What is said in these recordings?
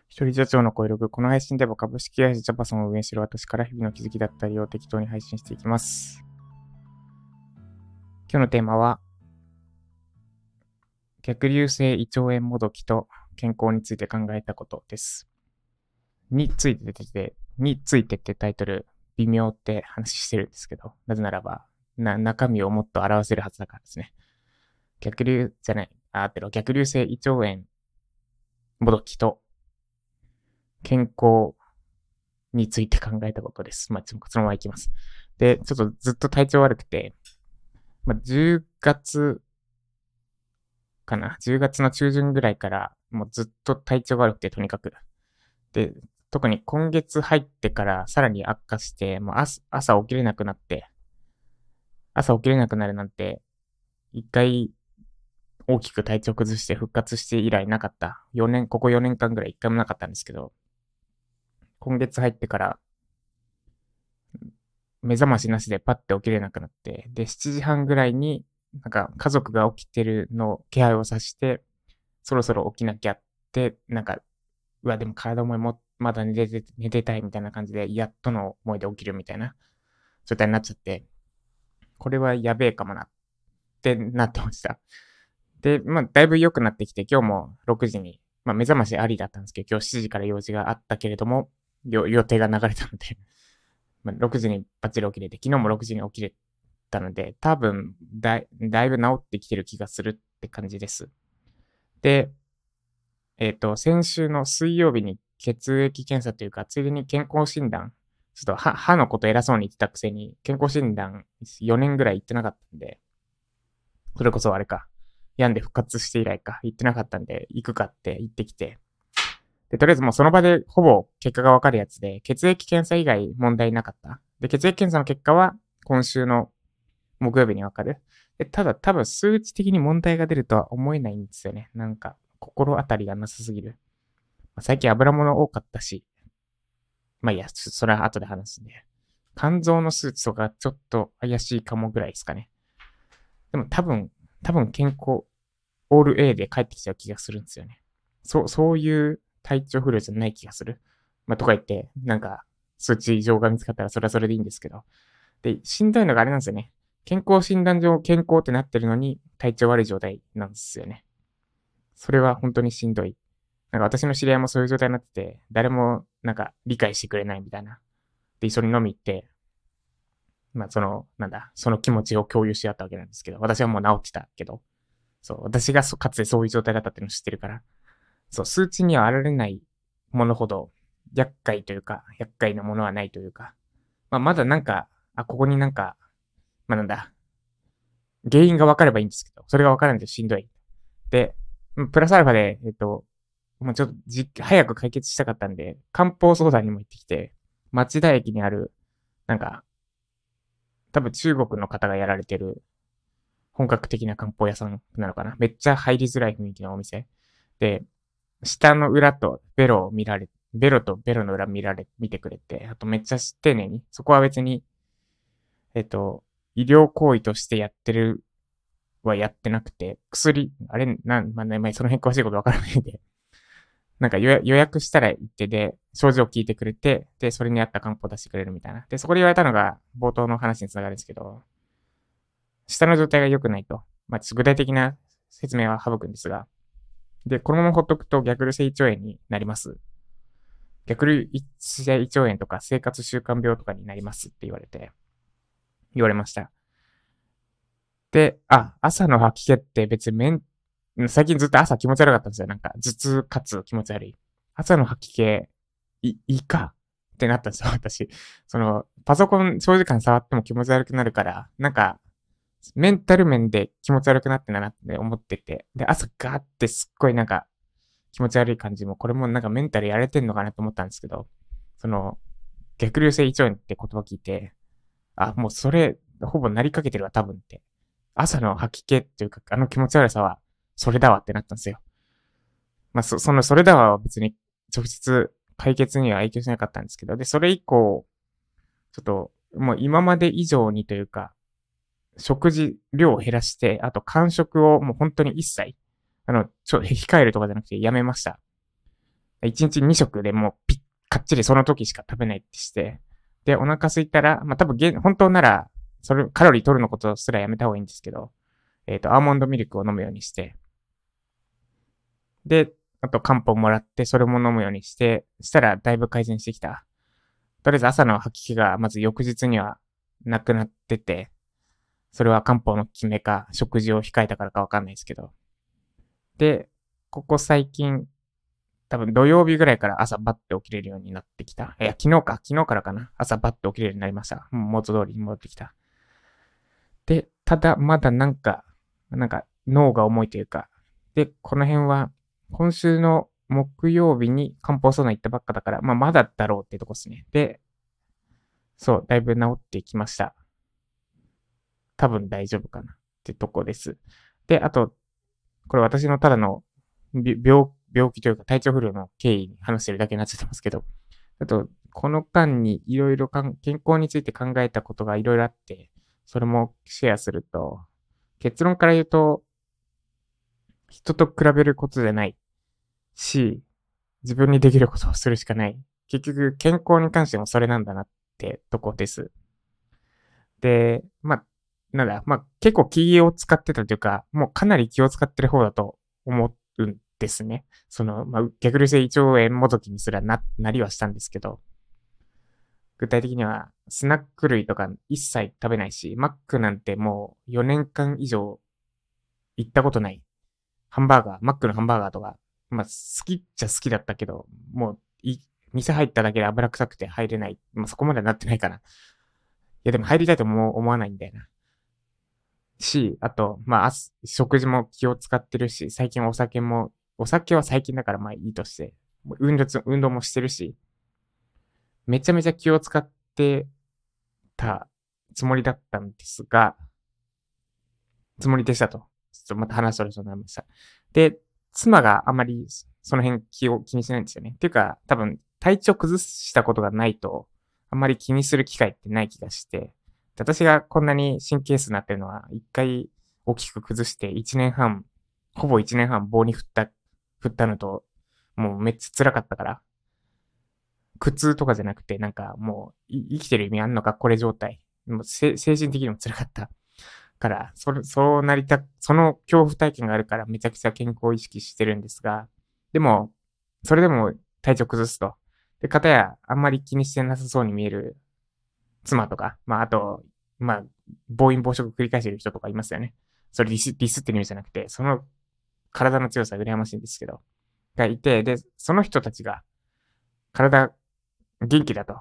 一人社長の声ログ。この配信では株式会社ジャパソンを運営している私から日々の気づきだったりを適当に配信していきます。今日のテーマは、逆流性胃腸炎もどきと健康について考えたことです。についてってタイトル、微妙って話してるんですけど、なぜならば、中身をもっと表せるはずだからですね。逆流性胃腸炎もどきと健康について考えたことです。そのままいきます。で、ちょっとずっと体調悪くて、10月かな ?10 月の中旬ぐらいからもうずっと体調悪くてとにかく。で、特に今月入ってからさらに悪化して、もう朝起きれなくなって、朝起きれなくなるなんて、一回大きく体調崩して復活して以来なかった。ここ4年間ぐらい一回もなかったんですけど、今月入ってから目覚ましなしでパッて起きれなくなって、で、7時半ぐらいに、なんか家族が起きてるの気配を察して、そろそろ起きなきゃって、でも体もまだ寝てたいみたいな感じで、やっとの思いで起きるみたいな状態になっちゃって、これはやべえかもなってなってました。で、だいぶ良くなってきて、今日も6時に、目覚ましありだったんですけど、今日7時から用事があったけれども、予定が流れたので6時にバッチリ起きれて、昨日も6時に起きれたので、多分だいぶ治ってきてる気がするって感じです。で、先週の水曜日に血液検査というか、ついでに健康診断、ちょっと歯のこと偉そうに言ってたくせに、健康診断4年ぐらい行ってなかったんで、それこそあれか、病んで復活して以来か、行ってなかったんで、行くかって言ってきて、で、とりあえずもうその場でほぼ結果がわかるやつで、血液検査以外問題なかった。で、血液検査の結果は今週の木曜日にわかる。で、ただ多分数値的に問題が出るとは思えないんですよね。なんか、心当たりがなさすぎる。最近油物多かったし、いや、それは後で話すんで。肝臓の数値とかちょっと怪しいかもぐらいですかね。でも多分健康、オール A で帰ってきちゃう気がするんですよね。そういう体調不良じゃない気がする。とか言って、数値異常が見つかったらそれはそれでいいんですけど。で、しんどいのがあれなんですよね。健康診断上健康ってなってるのに体調悪い状態なんですよね。それは本当にしんどい。私の知り合いもそういう状態になってて、誰も理解してくれないみたいな。で、一緒に飲み行って、その気持ちを共有し合ったわけなんですけど、私はもう治ってたけど、そう、私がかつてそういう状態だったっていうのを知ってるから、そう、数値にはあられないものほど、厄介というか、厄介なものはないというか、まだここになんだ、原因が分かればいいんですけど、それが分からないとしんどい。で、プラスアルファで、もうちょっと早く解決したかったんで、漢方相談にも行ってきて、町田駅にある、なんか、多分中国の方がやられてる本格的な漢方屋さんなのかな。めっちゃ入りづらい雰囲気のお店。で、下の裏とベロとベロの裏見てくれて、あとめっちゃ丁寧に、そこは別に、医療行為としてやってるはやってなくて、薬、あれ、その辺詳しいことわからないんで、予約したら行ってで、症状を聞いてくれて、で、それに合った漢方を出してくれるみたいな。で、そこで言われたのが冒頭の話につながるんですけど、下の状態が良くないと。具体的な説明は省くんですが、で、このままほっとくと逆流性胃腸炎になります。逆流性胃腸炎とか生活習慣病とかになりますって言われました。で、朝の吐き気って別に最近ずっと朝気持ち悪かったんですよ。頭痛かつ気持ち悪い。朝の吐き気、いいかってなったんですよ、私。パソコン長時間触っても気持ち悪くなるから、メンタル面で気持ち悪くなってんだなって思ってて。で、朝ガーってすっごい気持ち悪い感じも、これもメンタルやられてんのかなと思ったんですけど、逆流性胃腸炎って言葉聞いて、もうそれ、ほぼなりかけてるわ、多分って。朝の吐き気っていうか、あの気持ち悪さは、それだわってなったんですよ。それだわは別に直接解決には影響しなかったんですけど、で、それ以降、ちょっと、もう今まで以上にというか、食事量を減らして、あと間食をもう本当に一切、控えるとかじゃなくてやめました。 1日2食でもうかっちりその時しか食べないってして、で、お腹空いたら、まあ、多分本当なら、カロリー取るのことすらやめた方がいいんですけど、アーモンドミルクを飲むようにして、で、あと漢方もらって、それも飲むようにして、したらだいぶ改善してきた。とりあえず朝の吐き気がまず翌日にはなくなってて、それは漢方の決めか、食事を控えたからかわかんないですけど。で、ここ最近、多分土曜日ぐらいから朝バッて起きれるようになってきた。いや、昨日からかな。朝バッて起きれるようになりました。元通りに戻ってきた。で、ただ、まだ脳が重いというか、で、この辺は、今週の木曜日に漢方相談行ったばっかだから、まあ、まだだろうってとこですね。で、そう、だいぶ治ってきました。多分大丈夫かなってとこです。で、あと、これ私のただの病気というか体調不良の経緯に話してるだけになっちゃってますけど、あと、この間にいろいろ健康について考えたことがいろいろあって、それもシェアすると、結論から言うと、人と比べることじゃないし、自分にできることをするしかない。結局、健康に関してもそれなんだなってとこです。で、結構気を使ってたというか、もうかなり気を使ってる方だと思うんですね。逆流性胃腸炎もどきにすらなりはしたんですけど、具体的にはスナック類とか一切食べないし、マックなんてもう4年間以上行ったことない。マックのハンバーガーとか、まあ好きっちゃ好きだったけど、もう店入っただけで油臭くて入れない。まあそこまではなってないかな。いやでも入りたいとも思わないんだよな。あと、食事も気を使ってるし、最近お酒は最近だからまあいいとして、運動もしてるし、めちゃめちゃ気を使ってたつもりだったんですが、つもりでしたと。ちょっとまた話それそうになりました。で、妻があまりその辺気にしないんですよね。っていうか、多分体調崩したことがないと、あんまり気にする機会ってない気がして、私がこんなに神経質になってるのは、一回大きく崩してほぼ一年半棒に振ったのと、もうめっちゃ辛かったから、苦痛とかじゃなくて、もう生きてる意味あんのか、これ状態。もう精神的にも辛かったから、その恐怖体験があるからめちゃくちゃ健康を意識してるんですが、でも、それでも体調崩すと。で、かたやあんまり気にしてなさそうに見える妻とか、あと、暴飲暴食繰り返してる人とかいますよね。それディスってる意味じゃなくて、その体の強さが羨ましいんですけど、がいて、で、その人たちが体元気だと。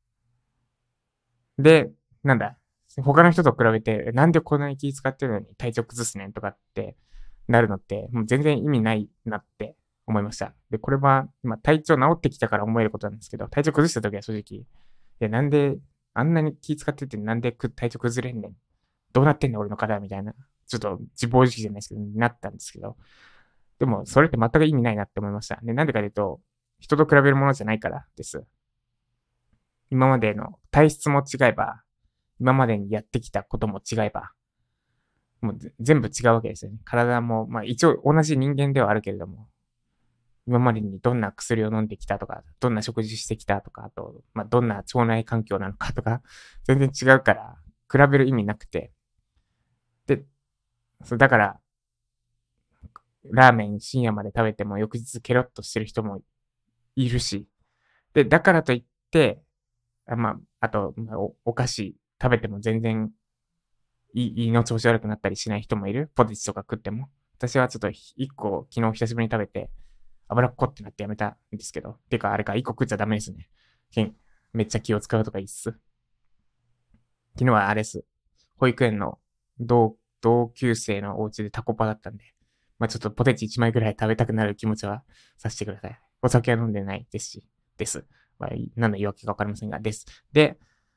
で、なんだ、他の人と比べて、なんでこんなに気使ってるのに体調崩すねんとかってなるのって、もう全然意味ないなって思いました。で、これは、今体調治ってきたから思えることなんですけど、体調崩した時は正直、なんで、あんなに気使っててなんで体調崩れんねん。どうなってんの俺の体みたいな。ちょっと自暴自棄じゃないですけど、なったんですけど。でも、それって全く意味ないなって思いました。で、なんでかというと、人と比べるものじゃないからです。今までの体質も違えば、今までにやってきたことも違えば、もう全部違うわけですよね。体も、一応同じ人間ではあるけれども、今までにどんな薬を飲んできたとか、どんな食事してきたとか、あと、どんな腸内環境なのかとか、全然違うから、比べる意味なくて。で、だから、ラーメン深夜まで食べても翌日ケロッとしてる人もいるし、で、だからといって、あと、お菓子食べても全然胃の調子悪くなったりしない人もいる。ポテチとか食っても。私はちょっと一個昨日久しぶりに食べて、脂っこってなってやめたんですけど。てか、あれか、一個食っちゃダメですね。めっちゃ気を使うとかいいっす。昨日はあれっす。保育園の同級生のお家でタコパだったんで、ちょっとポテチ1枚ぐらい食べたくなる気持ちはさせてください。お酒は飲んでないですし、です。何の言い訳かわかりませんが、です。で、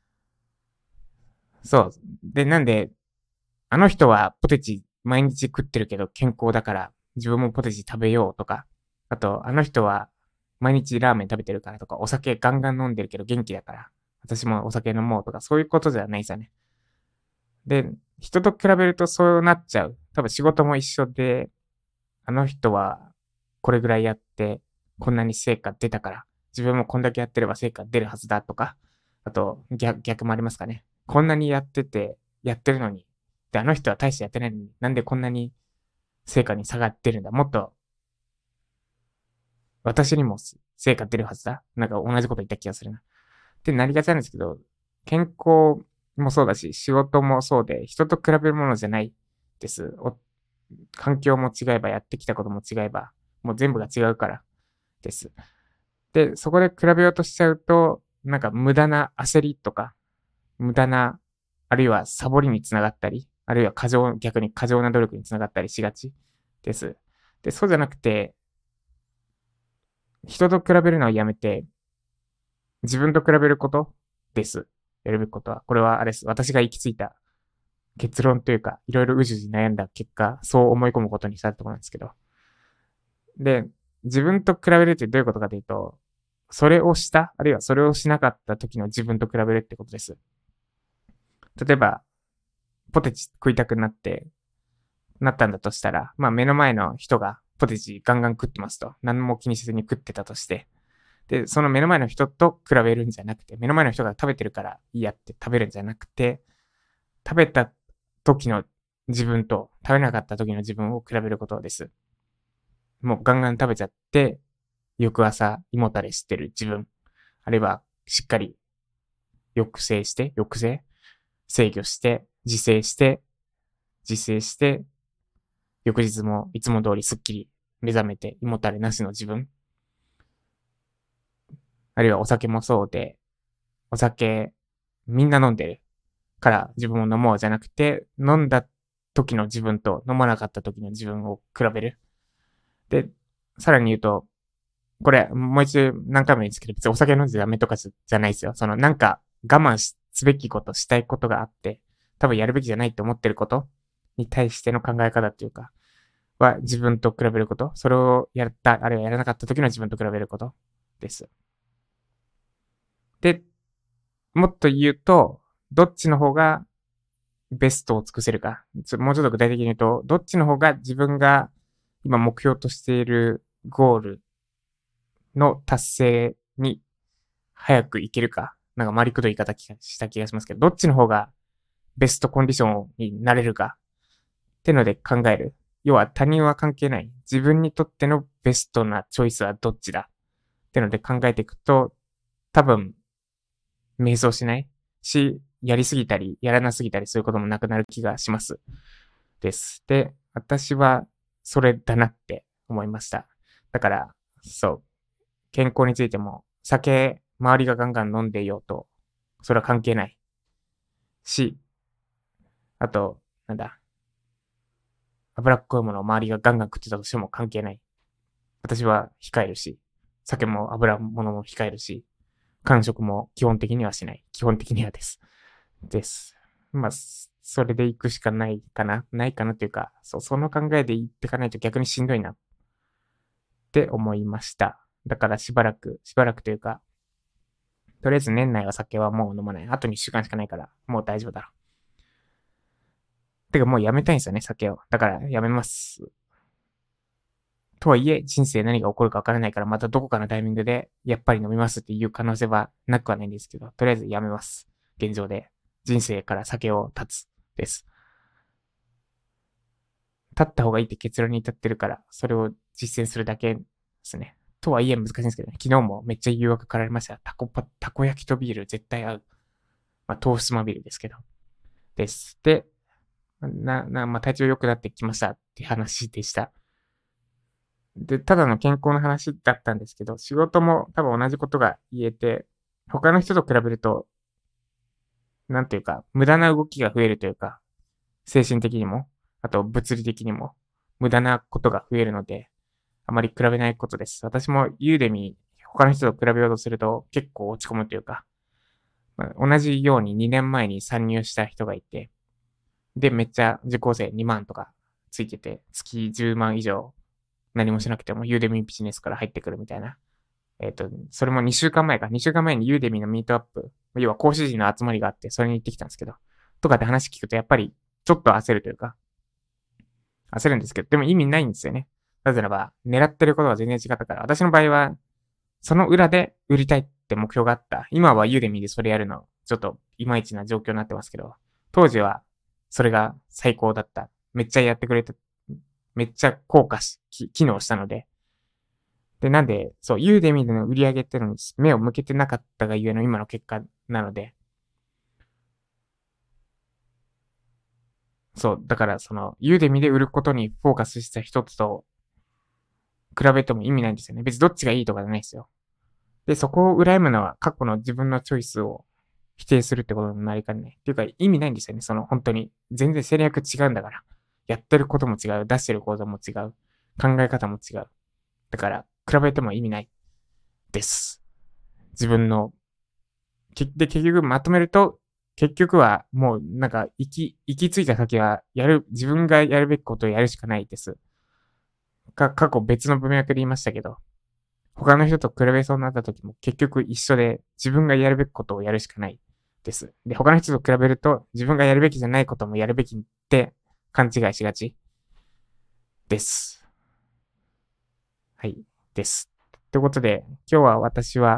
そう。で、なんで、あの人はポテチ毎日食ってるけど健康だから自分もポテチ食べようとか、あと、あの人は毎日ラーメン食べてるからとか、お酒ガンガン飲んでるけど元気だから、私もお酒飲もうとか、そういうことじゃないですよね。で、人と比べるとそうなっちゃう。多分仕事も一緒で、あの人はこれぐらいやって、 こんなに成果出たから、自分もこんだけやってれば成果出るはずだとか、あと逆もありますかね。こんなにやってるのに、で、あの人は大してやってないのに、なんでこんなに成果に差が出るんだ。もっと私にも成果出るはずだ。なんか同じこと言った気がするな。ってなりがちなんですけど、健康もそうだし、仕事もそうで、人と比べるものじゃないです。環境も違えば、やってきたことも違えば、もう全部が違うからです。で、そこで比べようとしちゃうと、なんか無駄な焦りとか、無駄な、あるいはサボりにつながったり、あるいは逆に過剰な努力につながったりしがちです。で、そうじゃなくて、人と比べるのをやめて、自分と比べることです。やるべきことは。これはあれです。私が行き着いた結論というか、いろいろうじうじ悩んだ結果、そう思い込むことにしたところなんですけど。で、自分と比べるってどういうことかというと、それをした、あるいはそれをしなかった時の自分と比べるってことです。例えば、ポテチ食いたくなったんだとしたら、まあ目の前の人がポテチガンガン食ってますと。何も気にせずに食ってたとして。で、その目の前の人と比べるんじゃなくて、目の前の人が食べてるからいいやって食べるんじゃなくて、食べた時の自分と食べなかった時の自分を比べることです。もうガンガン食べちゃって、翌朝胃もたれしてる自分、あるいはしっかり制御して、自制して、翌日もいつも通りすっきり目覚めて胃もたれなしの自分、あるいはお酒もそうで、お酒みんな飲んでるから自分も飲もうじゃなくて、飲んだ時の自分と飲まなかった時の自分を比べる。で、さらに言うと、これ、もう一度何回も言うんですけど、別にお酒飲んでダメとかじゃないですよ。なんか我慢すべきこと、したいことがあって、多分やるべきじゃないと思ってることに対しての考え方っていうか、は自分と比べること、それをやった、あるいはやらなかった時の自分と比べることです。で、もっと言うと、どっちの方がベストを尽くせるか。もうちょっと具体的に言うと、どっちの方が自分が今目標としているゴールの達成に早く行けるか。なんか回りくどい言い方した気がしますけど、どっちの方がベストコンディションになれるかってので考える。要は他人は関係ない。自分にとってのベストなチョイスはどっちだってので考えていくと、多分、迷走しないし、やりすぎたり、やらなすぎたり、そういうこともなくなる気がします。です。で、私はそれだなって思いました。だから、そう、健康についても、周りがガンガン飲んでいようと、それは関係ないし、あと、なんだ、脂っこいものを周りがガンガン食ってたとしても関係ない。私は控えるし、酒も油物も控えるし、間食も基本的にはしない。基本的にはです。です。まあ、それで行くしかないかなっていうか、その考えで行ってかないと逆にしんどいなって思いました。だからしばらくというか、とりあえず年内は酒はもう飲まない。あと2週間しかないから、もう大丈夫だろう。てかもうやめたいんですよね、酒を。だからやめます。とはいえ、人生何が起こるかわからないから、またどこかのタイミングで、やっぱり飲みますっていう可能性はなくはないんですけど、とりあえずやめます。現状で。人生から酒を断つ。です。断った方がいいって結論に至ってるから、それを実践するだけですね。とはいえ難しいんですけどね。昨日もめっちゃ誘惑かられました。たこ焼きとビール絶対合う。まあ、糖質まビールですけど。です。で、まあ、体調良くなってきましたって話でした。で、ただの健康の話だったんですけど、仕事も多分同じことが言えて、他の人と比べると、なんていうか、無駄な動きが増えるというか、精神的にも、あと物理的にも、無駄なことが増えるので、あまり比べないことです。私もユーデミ他の人と比べようとすると結構落ち込むというか、まあ、同じように2年前に参入した人がいて、で、めっちゃ受講生2万とかついてて、月10万以上何もしなくてもユーデミビジネスから入ってくるみたいな。それも2週間前か。2週間前にユーデミのミートアップ、要は講師陣の集まりがあって、それに行ってきたんですけど、とかって話聞くとやっぱりちょっと焦るというか、焦るんですけど、でも意味ないんですよね。 なぜならば、狙ってることが全然違ったから、私の場合は、その裏で売りたいって目標があった。今はユーデミでそれやるの、ちょっといまいちな状況になってますけど、当時はそれが最高だった。めっちゃやってくれて、めっちゃ効果し、機能したので。で、なんで、そう、ユーデミでの売り上げってのに目を向けてなかったがゆえの今の結果なので、そう、だからその、ユーデミで売ることにフォーカスした人と比べても意味ないんですよね。別にどっちがいいとかじゃないですよ。で、そこを羨むのは過去の自分のチョイスを否定するってことになりかねない。っていうか意味ないんですよね。その本当に。全然戦略違うんだから。やってることも違う。出してる行動も違う。考え方も違う。だから、比べても意味ないです。自分の。で、結局まとめると、結局はもうなんか行き着いた先は自分がやるべきことをやるしかないです。過去別の文脈で言いましたけど、他の人と比べそうになった時も結局一緒で自分がやるべきことをやるしかないです。で、他の人と比べると自分がやるべきじゃないこともやるべきって勘違いしがちです。はい。です。ということで、今日は私は、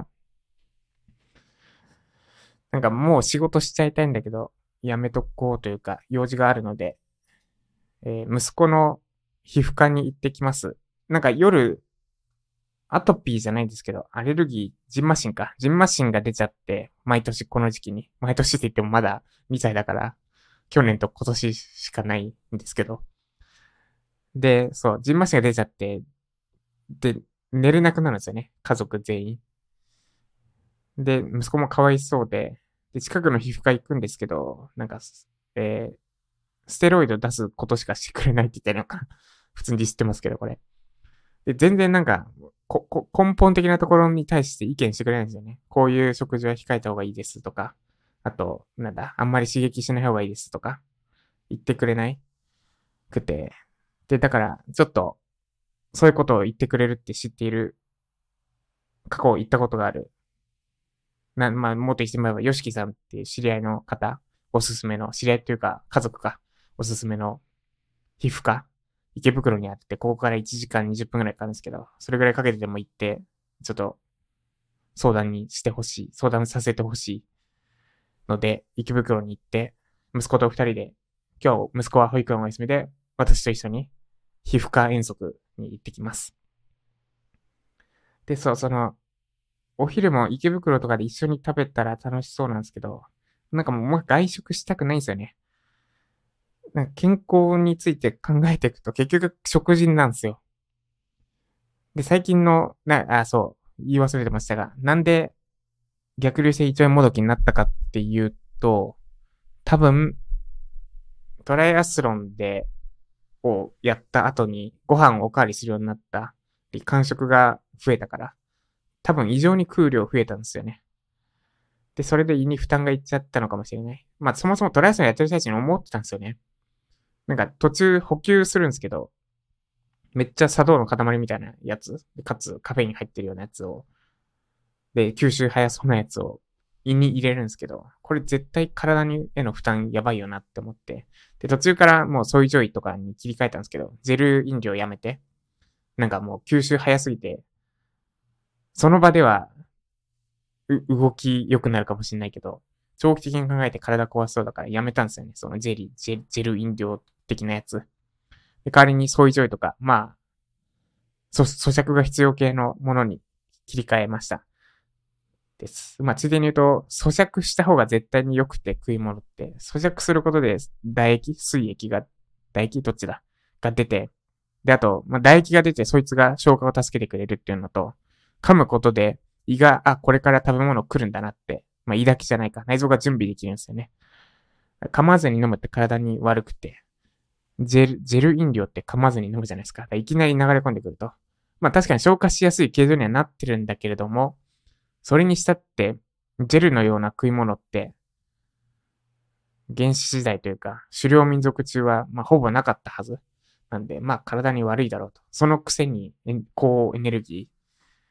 なんかもう仕事しちゃいたいんだけど、やめとこうというか、用事があるので、息子の皮膚科に行ってきます。なんか夜、アトピーじゃないんですけど、アレルギー、ジンマシンか。ジンマシンが出ちゃって、毎年この時期に。毎年って言ってもまだ2歳だから、去年と今年しかないんですけど。で、そう、ジンマシンが出ちゃって、で、寝れなくなるんですよね。家族全員。で、息子もかわいそうで、で、近くの皮膚科行くんですけど、なんか、えーステロイド出すことしかしてくれないって言ったりなんか、普通にディスってますけど、これ。で、全然なんか、根本的なところに対して意見してくれないんですよね。こういう食事は控えた方がいいですとか、あと、なんだ、あんまり刺激しない方がいいですとか、言ってくれないくて。で、だから、ちょっと、そういうことを言ってくれるって知っている、過去言ったことがある。まあ、もっと言ってもらえば、ヨシキさんっていう知り合いの方、おすすめの、知り合いというか、家族か、おすすめの皮膚科、池袋にあって、ここから1時間20分くらいかかるんですけど、それぐらいかけてでも行って、ちょっと相談にしてほしい、相談させてほしいので、池袋に行って、息子と二人で、今日息子は保育園お休みで、私と一緒に皮膚科遠足に行ってきます。で、そう、お昼も池袋とかで一緒に食べたら楽しそうなんですけど、なんかもう外食したくないんですよね。なんか健康について考えていくと結局食事なんですよ。で、最近の、そう、言い忘れてましたが、なんで逆流性胃腸炎もどきになったかっていうと、多分、トライアスロンをやった後にご飯をおかわりするようになった。で、間食が増えたから。多分異常に食う量増えたんですよね。で、それで胃に負担がいっちゃったのかもしれない。まあ、そもそもトライアスロンやってる最中に思ってたんですよね。なんか途中補給するんですけど、めっちゃ砂糖の塊みたいなやつ、かつカフェイン入ってるようなやつを、で、吸収早そうなやつを胃に入れるんですけど、これ絶対体にへの負担やばいよなって思って、で、途中からもうソイジョイとかに切り替えたんですけど、ジェル飲料やめて、なんかもう吸収早すぎて、その場では動き良くなるかもしれないけど、長期的に考えて体壊しそうだからやめたんですよね。そのジェル飲料的なやつ。で、代わりにソイジョイとか、まあ、咀嚼が必要系のものに切り替えました。です。まあ、ついでに言うと、咀嚼した方が絶対に良くて食い物って、咀嚼することで水液が、唾液どっちだが出て、で、あと、まあ、唾液が出てそいつが消化を助けてくれるっていうのと、噛むことで胃が、これから食べ物来るんだなって、まあ、胃だけじゃないか、内臓が準備できるんですよね。噛まずに飲むって体に悪くて、ジェル飲料って噛まずに飲むじゃないですか。いきなり流れ込んでくると。まあ確かに消化しやすい形状にはなってるんだけれども、それにしたって、ジェルのような食い物って、原始時代というか、狩猟民族中は、まあ、ほぼなかったはず。なんで、まあ、体に悪いだろうと。そのくせに、高エネルギー。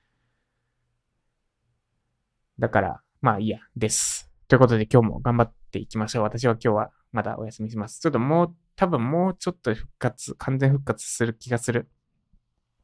だから、まあ、いいや、です。ということで、今日も頑張っていきましょう。私は今日はまだお休みします。ちょっと多分もうちょっと完全復活する気がする。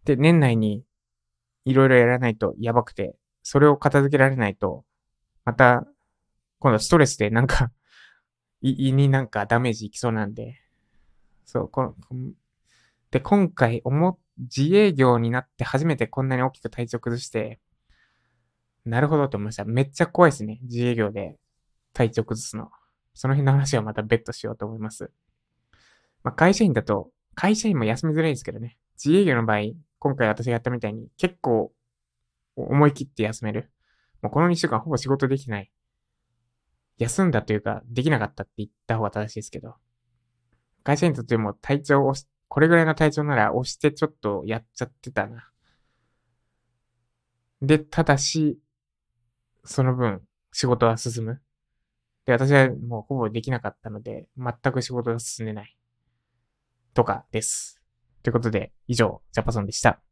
で、年内にいろいろやらないとやばくて、それを片付けられないと、また、今度ストレスでなんか胃になんかダメージいきそうなんで、そう、で、今回自営業になって初めてこんなに大きく体調崩して、なるほどって思いました。めっちゃ怖いですね。自営業で体調崩すの。その辺の話はまた別途しようと思います。まあ、会社員だと、会社員も休みづらいですけどね。自営業の場合、今回私がやったみたいに結構思い切って休める。もうこの2週間ほぼ仕事できない。休んだというか、できなかったって言った方が正しいですけど。会社員にとっても体調をこれぐらいの体調なら押してちょっとやっちゃってたな。で、ただし、その分、仕事は進む。で、私はもうほぼできなかったので、全く仕事が進んでない。とかです。ということで、以上、ジャパソンでした。